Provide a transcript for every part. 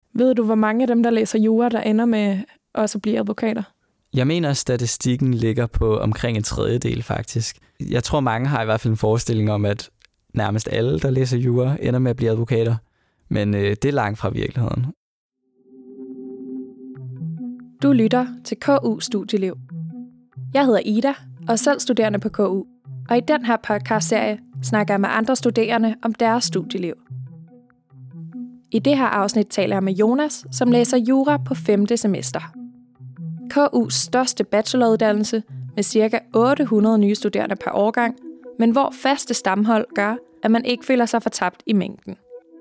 Ved du, hvor mange af dem, der læser jura, der ender med også at blive advokater? Jeg mener, at statistikken ligger på omkring 1/3 faktisk. Jeg tror, mange har i hvert fald en forestilling om, at nærmest alle, der læser jura, ender med at blive advokater. Men det er langt fra virkeligheden. Du lytter til KU Studieliv. Jeg hedder Ida, og er selv studerende på KU. Og i den her podcastserie snakker jeg med andre studerende om deres studieliv. I det her afsnit taler jeg med Jonas, som læser jura på 5. semester. KU's største bacheloruddannelse med ca. 800 nye studerende per årgang, men hvor faste stamhold gør, at man ikke føler sig fortabt i mængden.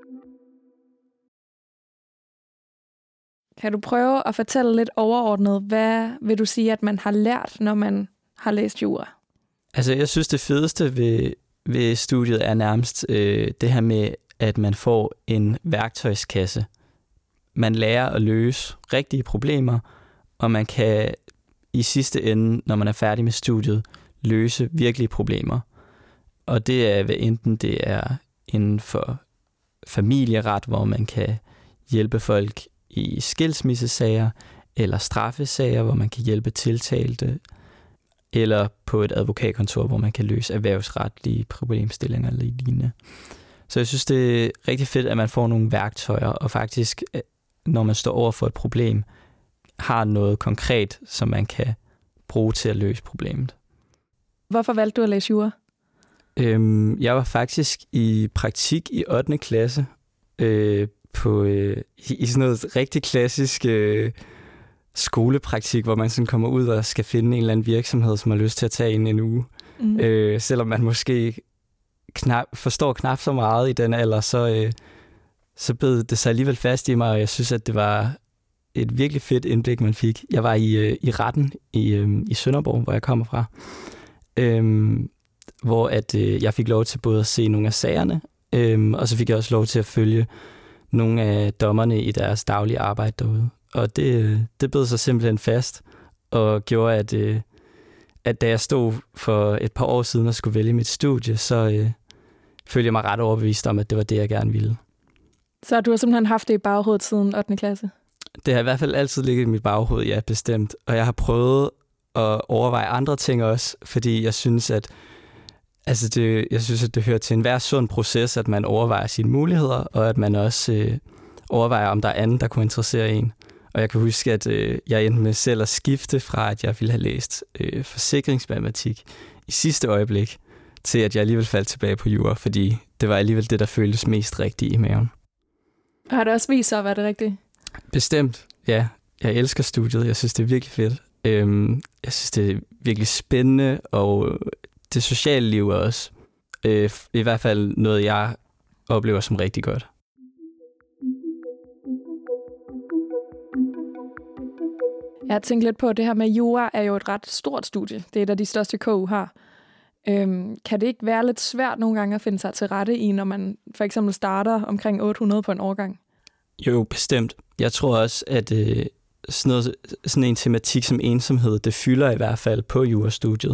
Kan du prøve at fortælle lidt overordnet, hvad vil du sige, at man har lært, når man har læst jura? Altså, jeg synes, det fedeste ved studiet er nærmest det her med, at man får en værktøjskasse. Man lærer at løse rigtige problemer, og man kan i sidste ende, når man er færdig med studiet, løse virkelige problemer. Og det er, hvad enten det er inden for familieret, hvor man kan hjælpe folk i skilsmissesager, eller straffesager, hvor man kan hjælpe tiltalte, eller på et advokatkontor, hvor man kan løse erhvervsretlige problemstillinger eller lignende. Så jeg synes, det er rigtig fedt, at man får nogle værktøjer, og faktisk, når man står over for et problem, har noget konkret, som man kan bruge til at løse problemet. Hvorfor valgte du at læse jura? Jeg var faktisk i praktik i 8. klasse i sådan noget rigtig klassisk skolepraktik, hvor man sådan kommer ud og skal finde en eller anden virksomhed, som har lyst til at tage en uge. Selvom man måske forstår knap så meget i den alder, så bed det sig alligevel fast i mig, og jeg synes, at det var et virkelig fedt indblik, man fik. Jeg var i retten i Sønderborg, hvor jeg kommer fra, hvor at jeg fik lov til både at se nogle af sagerne, og så fik jeg også lov til at følge nogle af dommerne i deres daglige arbejde derude. Og det bed sig simpelthen fast, og gjorde, at da jeg stod for et par år siden og skulle vælge mit studie, så følte jeg mig ret overbevist om, at det var det, jeg gerne ville. Så du har simpelthen haft det i baghovedet siden 8. klasse? Det har i hvert fald altid ligget i mit baghoved, ja, bestemt. Og jeg har prøvet at overveje andre ting også, fordi jeg synes, at det hører til enhver sund proces, at man overvejer sine muligheder, og at man også overvejer, om der er andet, der kunne interessere en. Og jeg kan huske, at jeg endte med selv at skifte fra, at jeg ville have læst forsikringsmatematik i sidste øjeblik, til at jeg alligevel faldt tilbage på jura, fordi det var alligevel det, der føltes mest rigtigt i maven. Har det også vist sig at være det rigtige? Bestemt, ja. Jeg elsker studiet. Jeg synes, det er virkelig fedt. Jeg synes, det er virkelig spændende, og det sociale liv er også i hvert fald noget, jeg oplever som rigtig godt. Jeg har tænkt lidt på, at det her med jura er jo et ret stort studie. Det er et af de største KU har. Kan det ikke være lidt svært nogle gange at finde sig til rette i, når man for eksempel starter omkring 800 på en årgang? Jo, bestemt. Jeg tror også, at sådan en tematik som ensomhed, det fylder i hvert fald på jurastudiet.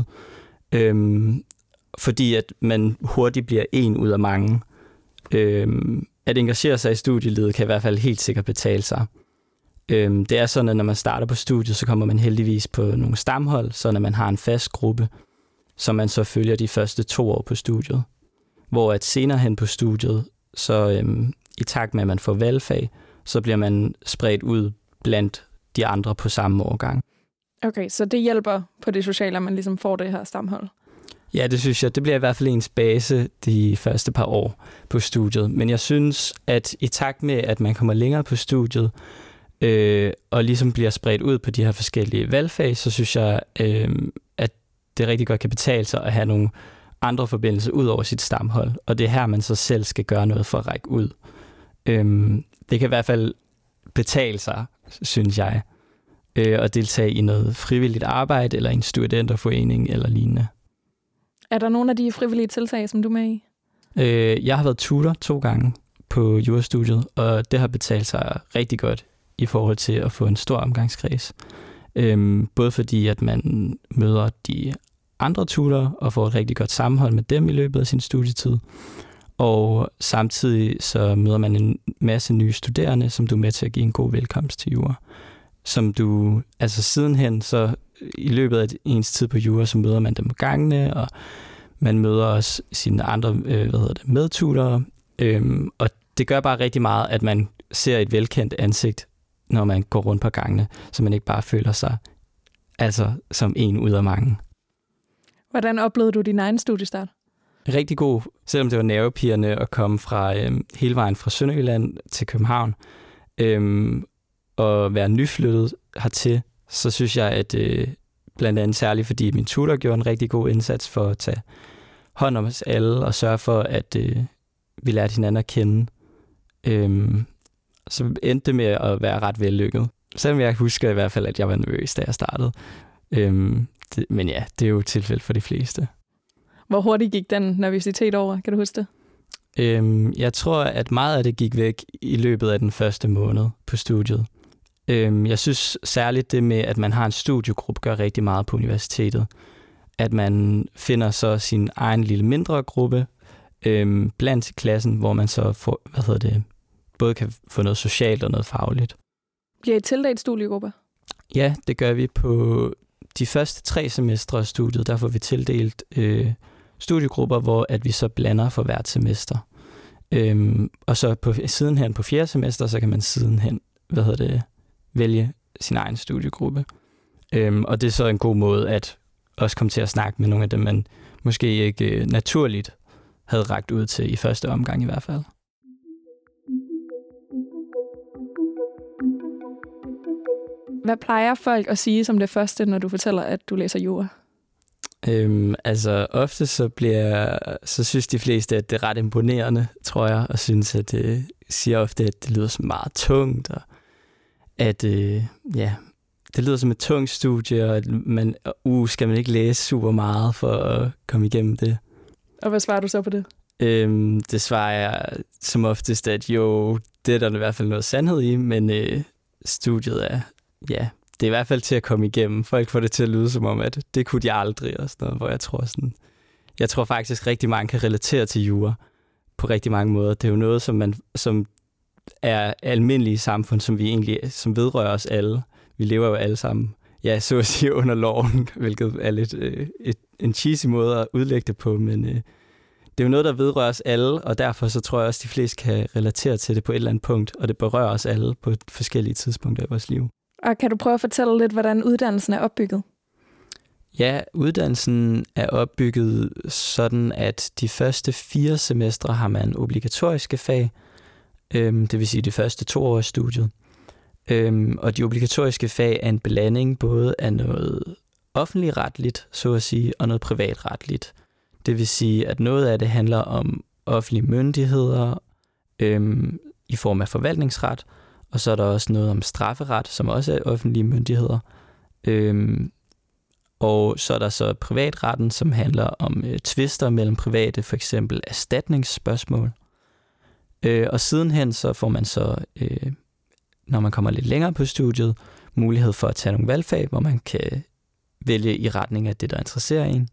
Fordi at man hurtigt bliver en ud af mange. At engagere sig i studielivet kan i hvert fald helt sikkert betale sig. Det er sådan, at når man starter på studiet, så kommer man heldigvis på nogle stamhold, så når man har en fast gruppe, som man så følger de første 2 år på studiet. Hvor at senere hen på studiet, så i takt med, at man får valgfag, så bliver man spredt ud blandt de andre på samme årgang. Okay, så det hjælper på det sociale, at man ligesom får det her stamhold? Ja, det synes jeg. Det bliver i hvert fald ens base de første par år på studiet. Men jeg synes, at i takt med, at man kommer længere på studiet, og ligesom bliver spredt ud på de her forskellige valgfag, så synes jeg, at det rigtig godt kan betale sig at have nogle andre forbindelser ud over sit stamhold. Og det er her, man så selv skal gøre noget for at række ud. Det kan i hvert fald betale sig, synes jeg, at deltage i noget frivilligt arbejde, eller en studenterforening, eller lignende. Er der nogle af de frivillige tiltag, som du er med i? Jeg har været tutor 2 gange på jurastudiet, og det har betalt sig rigtig godt i forhold til at få en stor omgangskreds. Både fordi, at man møder de andre tutorer og får et rigtig godt sammenhold med dem i løbet af sin studietid, Og samtidig så møder man en masse nye studerende, som du er med til at give en god velkomst til jura. Som du, altså sidenhen, så i løbet af ens tid på jura, så møder man dem på gangene, og man møder også sine andre medtutorer. Og det gør bare rigtig meget, at man ser et velkendt ansigt, når man går rundt på gangene, så man ikke bare føler sig altså som en ud af mange. Hvordan oplevede du din egen studiestart? Rigtig god, selvom det var nervepirrende at komme fra hele vejen fra Sønderjylland til København, og være nyflyttet hertil, så synes jeg, at blandt andet særligt, fordi min tutor gjorde en rigtig god indsats for at tage hånd om os alle og sørge for, at vi lærte hinanden at kende. Så endte det med at være ret vellykket. Selvom jeg husker i hvert fald, at jeg var nervøs, da jeg startede. Men ja, det er jo et tilfælde for de fleste. Hvor hurtigt gik den nervøsitet over? Kan du huske det? Jeg tror, at meget af det gik væk i løbet af den første måned på studiet. Jeg synes særligt det med, at man har en studiegruppe, gør rigtig meget på universitetet. At man finder så sin egen lille mindre gruppe blandt klassen, hvor man så får, både kan få noget socialt og noget fagligt. Bliver I tildelt studiegrupper? Ja, det gør vi på de første 3 semestre af studiet. Der får vi tildelt studiegrupper, hvor at vi så blander for hvert semester. Og så sidenhen på 4. semester, så kan man sidenhen vælge sin egen studiegruppe. Og det er så en god måde at også komme til at snakke med nogle af dem, man måske ikke naturligt havde rakt ud til i første omgang i hvert fald. Hvad plejer folk at sige som det første, når du fortæller, at du læser jura? Ofte så synes de fleste, at det er ret imponerende, tror jeg, og synes, at det siger ofte, at det lyder som meget tungt, og at det lyder som et tungt studie, og at man skal man ikke læse super meget for at komme igennem det. Og hvad svarer du så på det? Det svarer jeg som oftest, at jo, det er der i hvert fald noget sandhed i, men studiet er, ja, det er i hvert fald til at komme igennem. Folk får det til at lyde som om, at det kunne de aldrig, og sådan noget, hvor jeg tror faktisk rigtig mange kan relatere til jura på rigtig mange måder. Det er jo noget, som er almindelige i samfund, som vedrører os alle. Vi lever jo alle sammen, ja, så at sige, under loven, hvilket er lidt en cheesy måde at udlægge det på, men det er jo noget, der vedrører os alle, og derfor så tror jeg også, at de fleste kan relatere til det på et eller andet punkt, og det berører os alle på forskellige tidspunkter i vores liv. Og kan du prøve at fortælle lidt, hvordan uddannelsen er opbygget? Ja, uddannelsen er opbygget sådan, at de første 4 semestre har man obligatoriske fag, det vil sige de første 2 år af studiet. Og de obligatoriske fag er en blanding både af noget offentligretligt, så at sige, og noget privatretligt. Det vil sige, at noget af det handler om offentlige myndigheder i form af forvaltningsret, og så er der også noget om strafferet, som også er offentlige myndigheder. Og så er der så privatretten, som handler om tvister mellem private, for eksempel erstatningsspørgsmål. Og sidenhen så får man så, når man kommer lidt længere på studiet, mulighed for at tage nogle valgfag, hvor man kan vælge i retning af det, der interesserer en.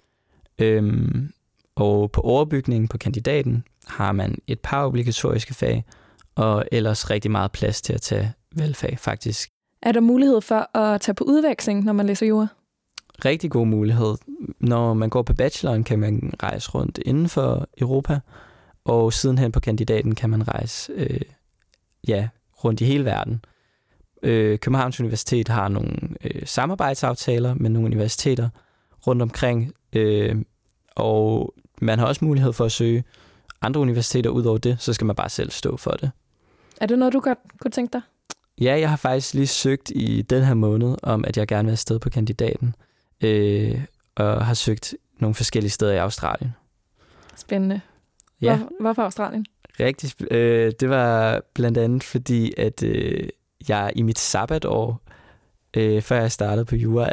Og på overbygningen på kandidaten har man et par obligatoriske fag, og ellers rigtig meget plads til at tage valgfag, faktisk. Er der mulighed for at tage på udveksling, når man læser jura? Rigtig god mulighed. Når man går på bacheloren, kan man rejse rundt inden for Europa, og sidenhen på kandidaten kan man rejse rundt i hele verden. Københavns Universitet har nogle samarbejdsaftaler med nogle universiteter rundt omkring, og man har også mulighed for at søge andre universiteter ud over det, så skal man bare selv stå for det. Er det noget, du godt kunne tænke dig? Ja, jeg har faktisk lige søgt i den her måned om, at jeg gerne vil afsted på kandidaten, og har søgt nogle forskellige steder i Australien. Spændende. Ja. Hvorfor Australien? Rigtig. Det var blandt andet fordi, at jeg i mit sabbatår, før jeg startede på jura,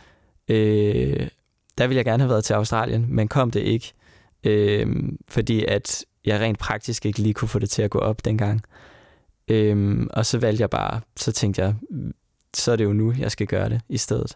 der ville jeg gerne have været til Australien, men kom det ikke, fordi at jeg rent praktisk ikke lige kunne få det til at gå op dengang. Og så valgte jeg bare, så tænkte jeg, så er det jo nu, jeg skal gøre det i stedet.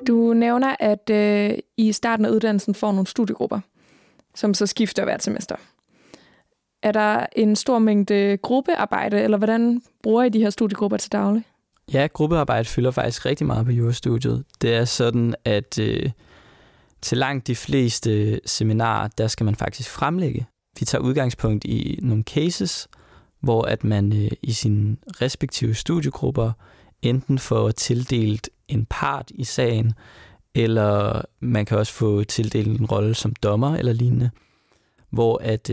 Du nævner, at I starten af uddannelsen får nogle studiegrupper, som så skifter hvert semester. Er der en stor mængde gruppearbejde, eller hvordan bruger I de her studiegrupper til daglig? Ja, gruppearbejde fylder faktisk rigtig meget på jurastudiet. Det er sådan, at til langt de fleste seminarer, der skal man faktisk fremlægge. Vi tager udgangspunkt i nogle cases, hvor at man i sine respektive studiegrupper enten får tildelt en part i sagen, eller man kan også få tildelt en rolle som dommer eller lignende, hvor at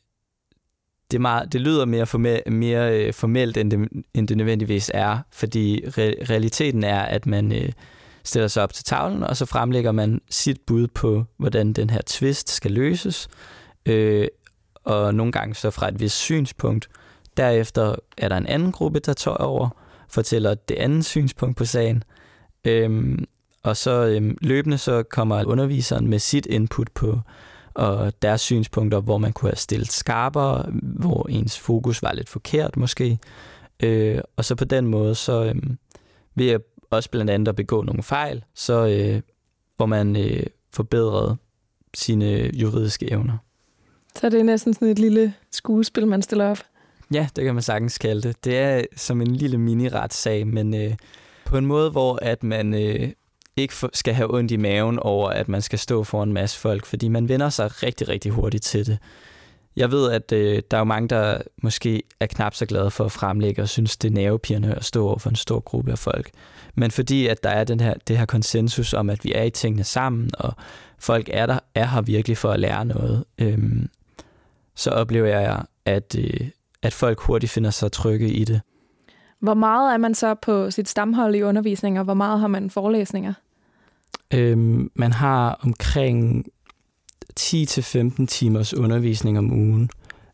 det lyder mere formelt, end det nødvendigvis er, fordi realiteten er, at man stiller sig op til tavlen, og så fremlægger man sit bud på, hvordan den her tvist skal løses, og nogle gange så fra et vist synspunkt. Derefter er der en anden gruppe, der tager over, fortæller det andet synspunkt på sagen, og så løbende så kommer underviseren med sit input på og deres synspunkter, hvor man kunne have stillet skarpere, hvor ens fokus var lidt forkert måske. Og så på den måde, så vil jeg også blandt andet at begå nogle fejl, så hvor man forbedrede sine juridiske evner. Så det er næsten sådan et lille skuespil, man stiller op? Ja, det kan man sagtens kalde det. Det er som en lille mini-retssag, men på en måde, hvor at man ikke skal have ondt i maven over, at man skal stå foran en masse folk, fordi man vender sig rigtig, rigtig hurtigt til det. Jeg ved, at der er jo mange, der måske er knap så glade for at fremlægge og synes, det er nervepirrende at stå over for en stor gruppe af folk. Men fordi at der er det her konsensus om, at vi er i tingene sammen, og folk er her virkelig for at lære noget, så oplever jeg, at folk hurtigt finder sig trygge i det. Hvor meget er man så på sit stamhold i undervisning, og hvor meget har man forelæsninger? Man har omkring 10-15 timers undervisning om ugen,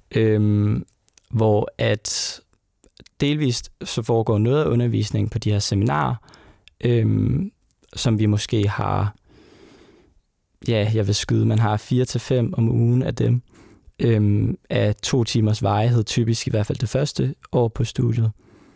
hvor at delvist så foregår noget af undervisningen på de her seminarer, som vi måske har, jeg vil skyde, man har 4-5 om ugen af dem, af 2 timers varighed, typisk i hvert fald det første år på studiet,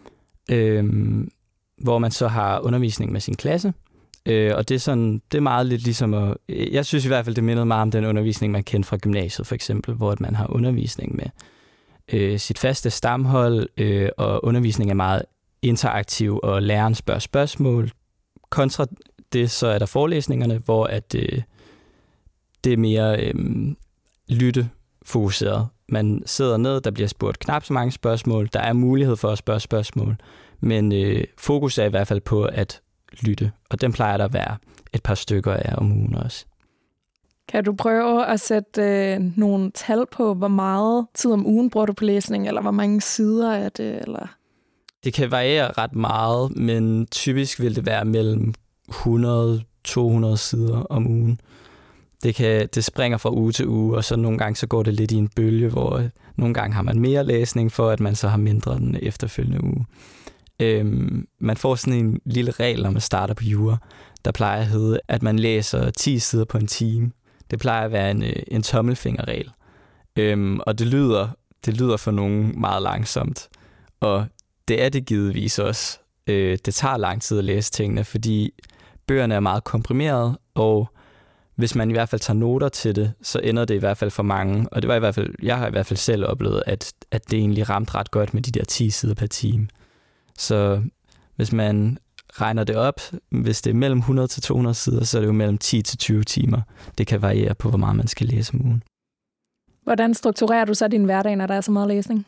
hvor man så har undervisning med sin klasse. Og det er meget lidt ligesom jeg synes i hvert fald, det minder meget om den undervisning, man kender fra gymnasiet for eksempel, hvor man har undervisning med sit faste stamhold, og undervisning er meget interaktiv, og læreren spørger spørgsmål. Kontra det, så er der forelæsningerne, hvor at det er mere lyttefokuseret. Man sidder ned, der bliver spurgt knap så mange spørgsmål, der er mulighed for at spørge spørgsmål, men fokus er i hvert fald på at lytte, og den plejer der at være et par stykker af om ugen også. Kan du prøve at sætte nogle tal på, hvor meget tid om ugen bruger du på læsning, eller hvor mange sider er det? Eller? Det kan variere ret meget, men typisk vil det være mellem 100-200 sider om ugen. Det springer fra uge til uge, og så nogle gange så går det lidt i en bølge, hvor nogle gange har man mere læsning, for at man så har mindre den efterfølgende uge. Man får sådan en lille regel, når man starter på jura, der plejer at hedde, at man læser 10 sider på en time. Det plejer at være en tommelfingerregel. Og det lyder for nogen meget langsomt. Og det er det givetvis også. Det tager lang tid at læse tingene, fordi bøgerne er meget komprimeret, og hvis man i hvert fald tager noter til det, så ender det i hvert fald for mange. Og jeg har i hvert fald selv oplevet, at det egentlig ramte ret godt med de der 10 sider per time. Så hvis man regner det op, hvis det er mellem 100 til 200 sider, så er det jo mellem 10 til 20 timer. Det kan variere på, hvor meget man skal læse om ugen. Hvordan strukturerer du så din hverdag, når der er så meget læsning?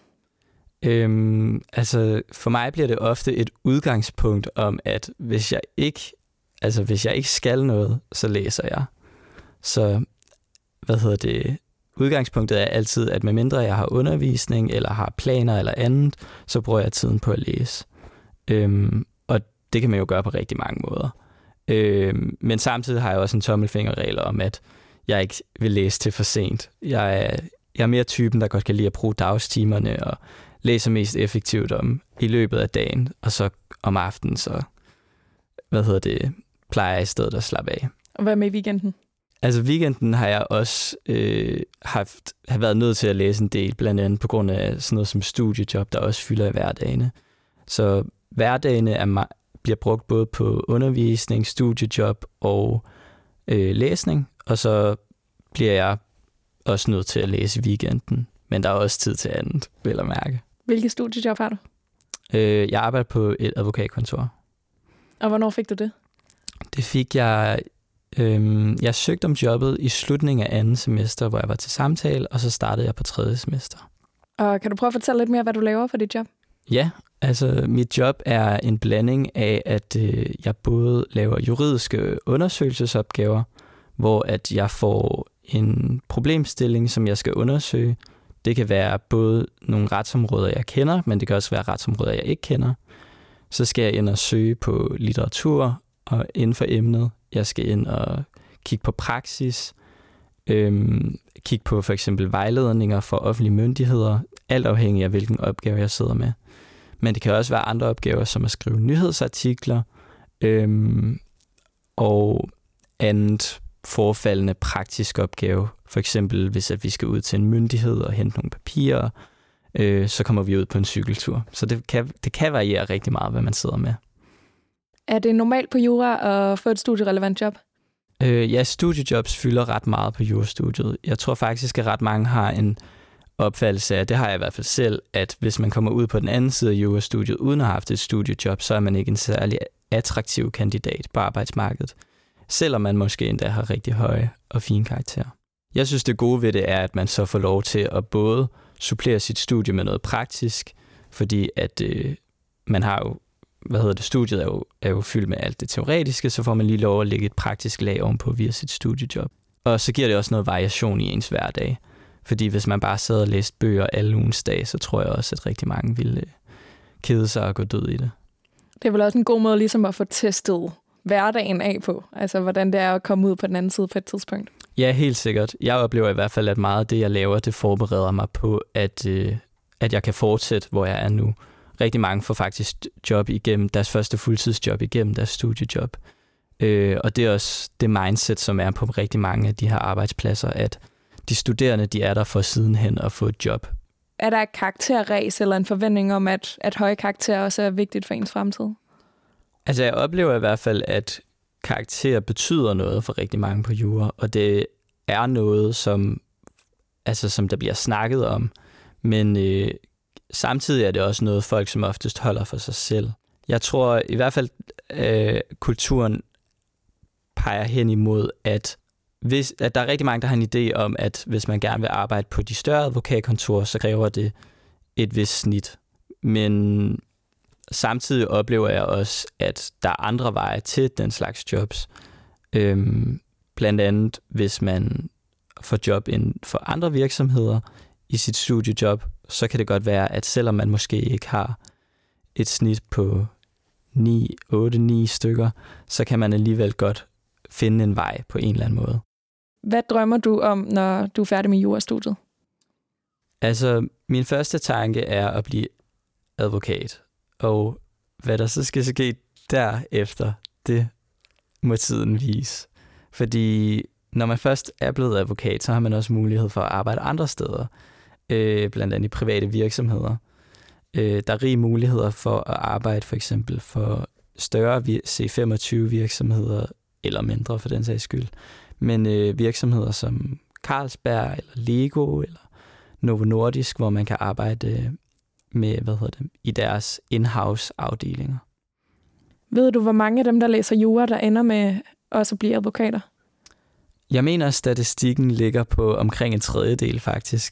For mig bliver det ofte et udgangspunkt om, at hvis jeg ikke skal noget, så læser jeg. Så udgangspunktet er altid, at medmindre jeg har undervisning, eller har planer eller andet, så bruger jeg tiden på at læse. Og det kan man jo gøre på rigtig mange måder. Men samtidig har jeg også en tommelfingerregel om, at jeg ikke vil læse til for sent. Jeg er mere typen, der godt kan lide at bruge dagstimerne og læse mest effektivt i løbet af dagen, og så om aftenen, så plejer jeg i stedet at slappe af. Og hvad med i weekenden? Altså weekenden har jeg også har været nødt til at læse en del, blandt andet på grund af sådan noget som studiejob, der også fylder i hverdagene. Så hverdagene bliver brugt både på undervisning, studiejob og læsning, og så bliver jeg også nødt til at læse i weekenden, men der er også tid til andet, vil jeg mærke. Hvilke studiejob har du? Jeg arbejder på et advokatkontor. Og hvornår fik du det? Det fik jeg... Jeg søgte om jobbet i slutningen af andet semester, hvor jeg var til samtale, og så startede jeg på tredje semester. Og kan du prøve at fortælle lidt mere, hvad du laver på dit job? Ja, altså mit job er en blanding af, at jeg både laver juridiske undersøgelsesopgaver, hvor at jeg får en problemstilling, som jeg skal undersøge. Det kan være både nogle retsområder, jeg kender, men det kan også være retsområder, jeg ikke kender. Så skal jeg ind og søge på litteratur og inden for emnet. Jeg skal ind og kigge på praksis, kigge på for eksempel vejledninger for offentlige myndigheder, alt afhængig af hvilken opgave jeg sidder med. Men det kan også være andre opgaver, som at skrive nyhedsartikler og andet forefaldende praktisk opgave. For eksempel hvis at vi skal ud til en myndighed og hente nogle papirer, så kommer vi ud på en cykeltur. Så det kan variere rigtig meget, hvad man sidder med. Er det normalt på jura at få et studierelevant job? Ja, studiejobs fylder ret meget på jurastudiet. Jeg tror faktisk, at ret mange har en opfattelse af, det har jeg i hvert fald selv, at hvis man kommer ud på den anden side af jurastudiet uden at have haft et studiejob, så er man ikke en særlig attraktiv kandidat på arbejdsmarkedet, selvom man måske endda har rigtig høje og fine karakterer. Jeg synes, det gode ved det er, at man så får lov til at både supplere sit studie med noget praktisk, fordi at man har jo, studiet er jo fyldt med alt det teoretiske, så får man lige lov at lægge et praktisk lag ovenpå via sit studiejob. Og så giver det også noget variation i ens hverdag. Fordi hvis man bare sidder og læser bøger alle ugens dage, så tror jeg også, at rigtig mange ville kede sig og gå død i det. Det er vel også en god måde ligesom at få testet hverdagen af på. Altså hvordan det er at komme ud på den anden side på et tidspunkt. Ja, helt sikkert. Jeg oplever i hvert fald, at meget af det, jeg laver, det forbereder mig på, at jeg kan fortsætte, hvor jeg er nu. Rigtig mange får faktisk job igennem deres første fuldtidsjob igennem deres studiejob. Og det er også det mindset, som er på rigtig mange af de her arbejdspladser, at de studerende, de er der for sidenhen at få et job. Er der et karakterræs eller en forventning om, at høje karakterer også er vigtigt for ens fremtid? Altså jeg oplever i hvert fald, at karakter betyder noget for rigtig mange på jura, og det er noget, som der bliver snakket om, men samtidig er det også noget, folk som oftest holder for sig selv. Jeg tror i hvert fald, kulturen peger hen imod, at der er rigtig mange, der har en idé om, at hvis man gerne vil arbejde på de større advokatkontorer, så kræver det et vist snit. Men samtidig oplever jeg også, at der er andre veje til den slags jobs. Blandt andet, hvis man får job inden for andre virksomheder i sit studiejob, så kan det godt være, at selvom man måske ikke har et snit på 8-9 stykker, så kan man alligevel godt finde en vej på en eller anden måde. Hvad drømmer du om, når du er færdig med jurastudiet? Altså, min første tanke er at blive advokat. Og hvad der så skal ske derefter, det må tiden vise. Fordi når man først er blevet advokat, så har man også mulighed for at arbejde andre steder. Blandt andet i private virksomheder. Der er rige muligheder for at arbejde for eksempel for større C25 virksomheder, eller mindre for den sags skyld. Men virksomheder som Carlsberg, eller Lego, eller Novo Nordisk, hvor man kan arbejde med, i deres in-house afdelinger. Ved du, hvor mange af dem, der læser jura, der ender med også at blive advokater? Jeg mener, at statistikken ligger på omkring 1/3 faktisk.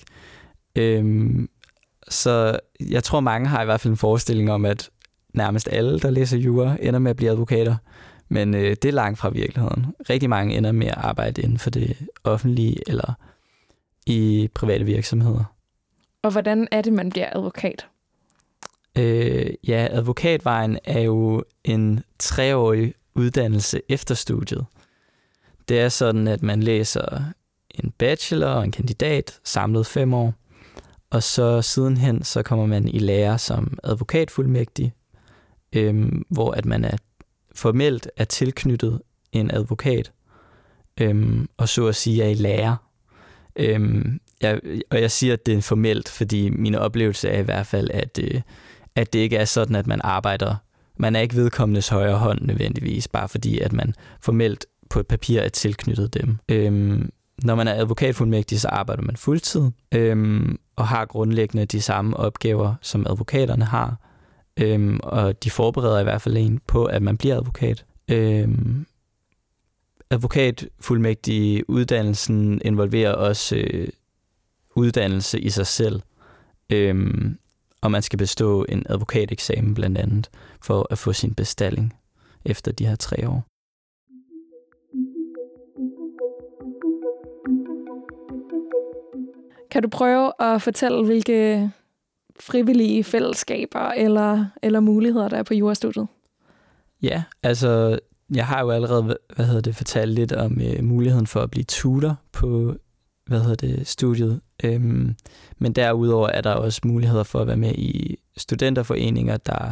Så jeg tror, mange har i hvert fald en forestilling om, at nærmest alle, der læser jura, ender med at blive advokater. Men det er langt fra virkeligheden. Rigtig mange ender med at arbejde inden for det offentlige eller i private virksomheder. Og hvordan er det, man bliver advokat? Advokatvejen er jo en 3-årig uddannelse efter studiet. Det er sådan, at man læser en bachelor og en kandidat, samlet 5 år. Og så sidenhen, så kommer man i lære som advokatfuldmægtig, hvor at man formelt er tilknyttet en advokat, og så at sige er i lære. Jeg siger, at det er formelt, fordi min oplevelse er i hvert fald, at det ikke er sådan, at man arbejder Man er ikke vedkommendes højre hånd nødvendigvis, bare fordi at man formelt på et papir er tilknyttet dem. Når man er advokatfuldmægtig, så arbejder man fuldtid og har grundlæggende de samme opgaver, som advokaterne har. Og de forbereder i hvert fald en på, at man bliver advokat. Advokatfuldmægtig uddannelsen involverer også uddannelse i sig selv. Og man skal bestå en advokateksamen blandt andet, for at få sin bestalling efter de her 3 år. Kan du prøve at fortælle, hvilke frivillige fællesskaber eller muligheder, der er på jurastudiet? Ja, altså jeg har jo allerede fortalt lidt om muligheden for at blive tutor på studiet. Men derudover er der også muligheder for at være med i studenterforeninger, der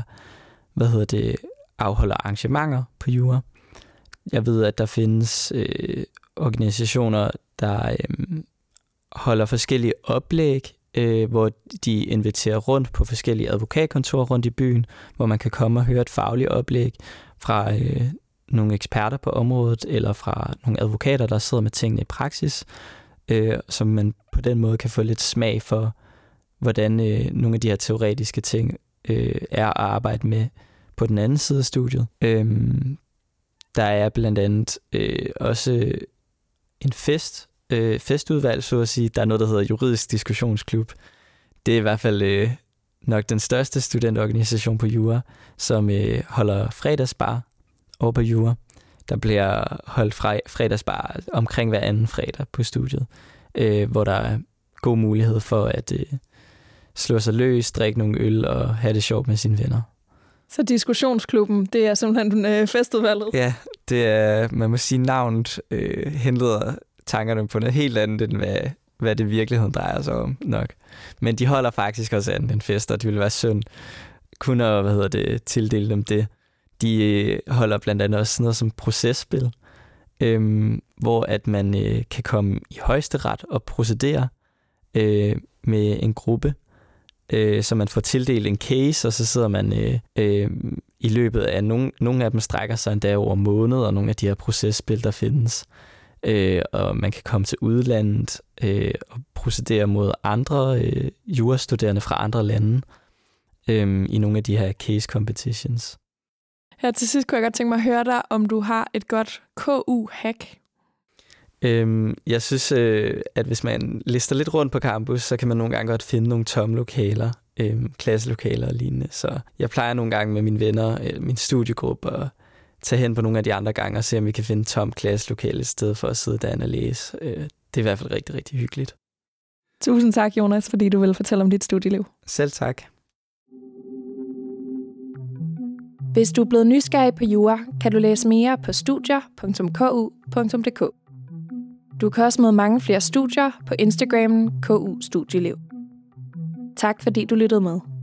afholder arrangementer på jura. Jeg ved, at der findes organisationer, der holder forskellige oplæg, hvor de inviterer rundt på forskellige advokatkontorer rundt i byen, hvor man kan komme og høre et fagligt oplæg fra nogle eksperter på området, eller fra nogle advokater, der sidder med tingene i praksis, så man på den måde kan få lidt smag for, hvordan nogle af de her teoretiske ting er at arbejde med på den anden side af studiet. Der er blandt andet også en festudvalg, så at sige. Der er noget, der hedder Juridisk Diskussionsklub. Det er i hvert fald nok den største studentorganisation på jura, som holder fredagsbar over på jura. Der bliver holdt fredagsbar omkring hver anden fredag på studiet, hvor der er god mulighed for at slå sig løs, drikke nogle øl og have det sjovt med sine venner. Så diskussionsklubben, det er simpelthen festudvalget? Ja, det er, man må sige, navnet henleder tankerne på noget helt andet, end hvad det i virkeligheden drejer sig om nok. Men de holder faktisk også andet end fester. Det ville være synd kun at tildele dem det. De holder blandt andet også sådan noget som processpil, hvor at man kan komme i højesteret og procedere med en gruppe, så man får tildelt en case, og så sidder man i løbet af nogle af dem strækker sig endda over måneder, og nogle af de her processpil, der findes. Og man kan komme til udlandet og procedere mod andre jurastuderende fra andre lande i nogle af de her case competitions. Her til sidst kunne jeg godt tænke mig at høre dig, om du har et godt KU-hack. Jeg synes, at hvis man lister lidt rundt på campus, så kan man nogle gange godt finde nogle tomme lokaler, klasselokaler og lignende. Så jeg plejer nogle gange med mine venner, min studiegruppe, at tage hen på nogle af de andre gange og se, om vi kan finde et tomt klasselokale et sted for at sidde derinde og læse. Det er i hvert fald rigtig, rigtig hyggeligt. Tusind tak, Jonas, fordi du ville fortælle om dit studieliv. Selv tak. Hvis du er blevet nysgerrig på jura, kan du læse mere på studier.ku.dk. Du kan også møde mange flere studier på Instagramen KU Studieliv. Tak fordi du lyttede med.